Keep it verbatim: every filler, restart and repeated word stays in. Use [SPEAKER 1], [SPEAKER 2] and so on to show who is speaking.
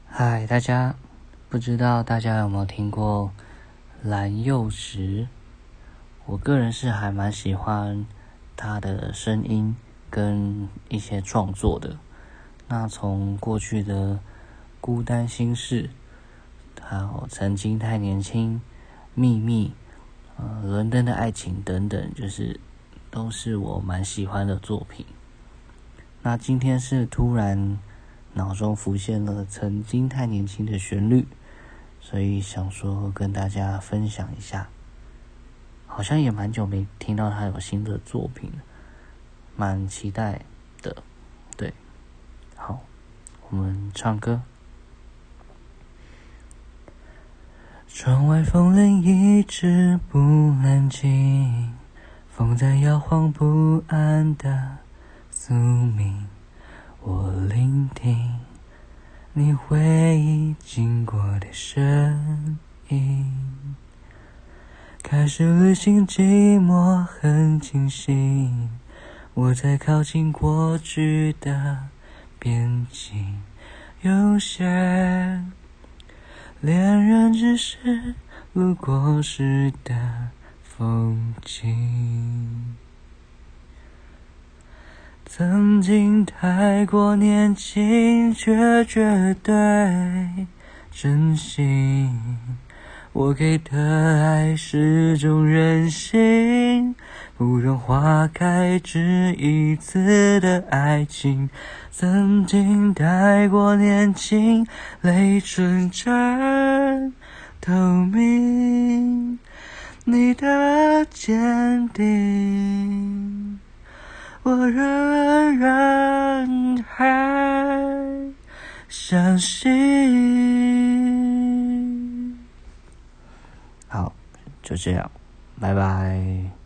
[SPEAKER 1] 嗨，大家，不知道大家有没有听过蓝又时？我个人是还蛮喜欢他的声音跟一些创作的。那从过去的《孤单心事》，还有曾经太年轻、秘密、呃伦敦的爱情等等，就是都是我蛮喜欢的作品。那今天是突然脑中浮现了曾经太年轻的旋律，所以想说跟大家分享一下。好像也蛮久没听到他有新的作品了，蛮期待的。对，好，我们唱歌。窗外风铃一直不安静，风在摇晃不安的宿命。我聆听你回忆经过的声音，开始旅行，寂寞很清醒。我在靠近过去的边境，有些恋人只是路过时的风景。曾经太过年轻，却绝对真心。我给的爱是种任性，不容花开只一次的爱情。曾经太过年轻，泪纯真透明，你的坚定我仍然还相信。好，就这样，拜拜。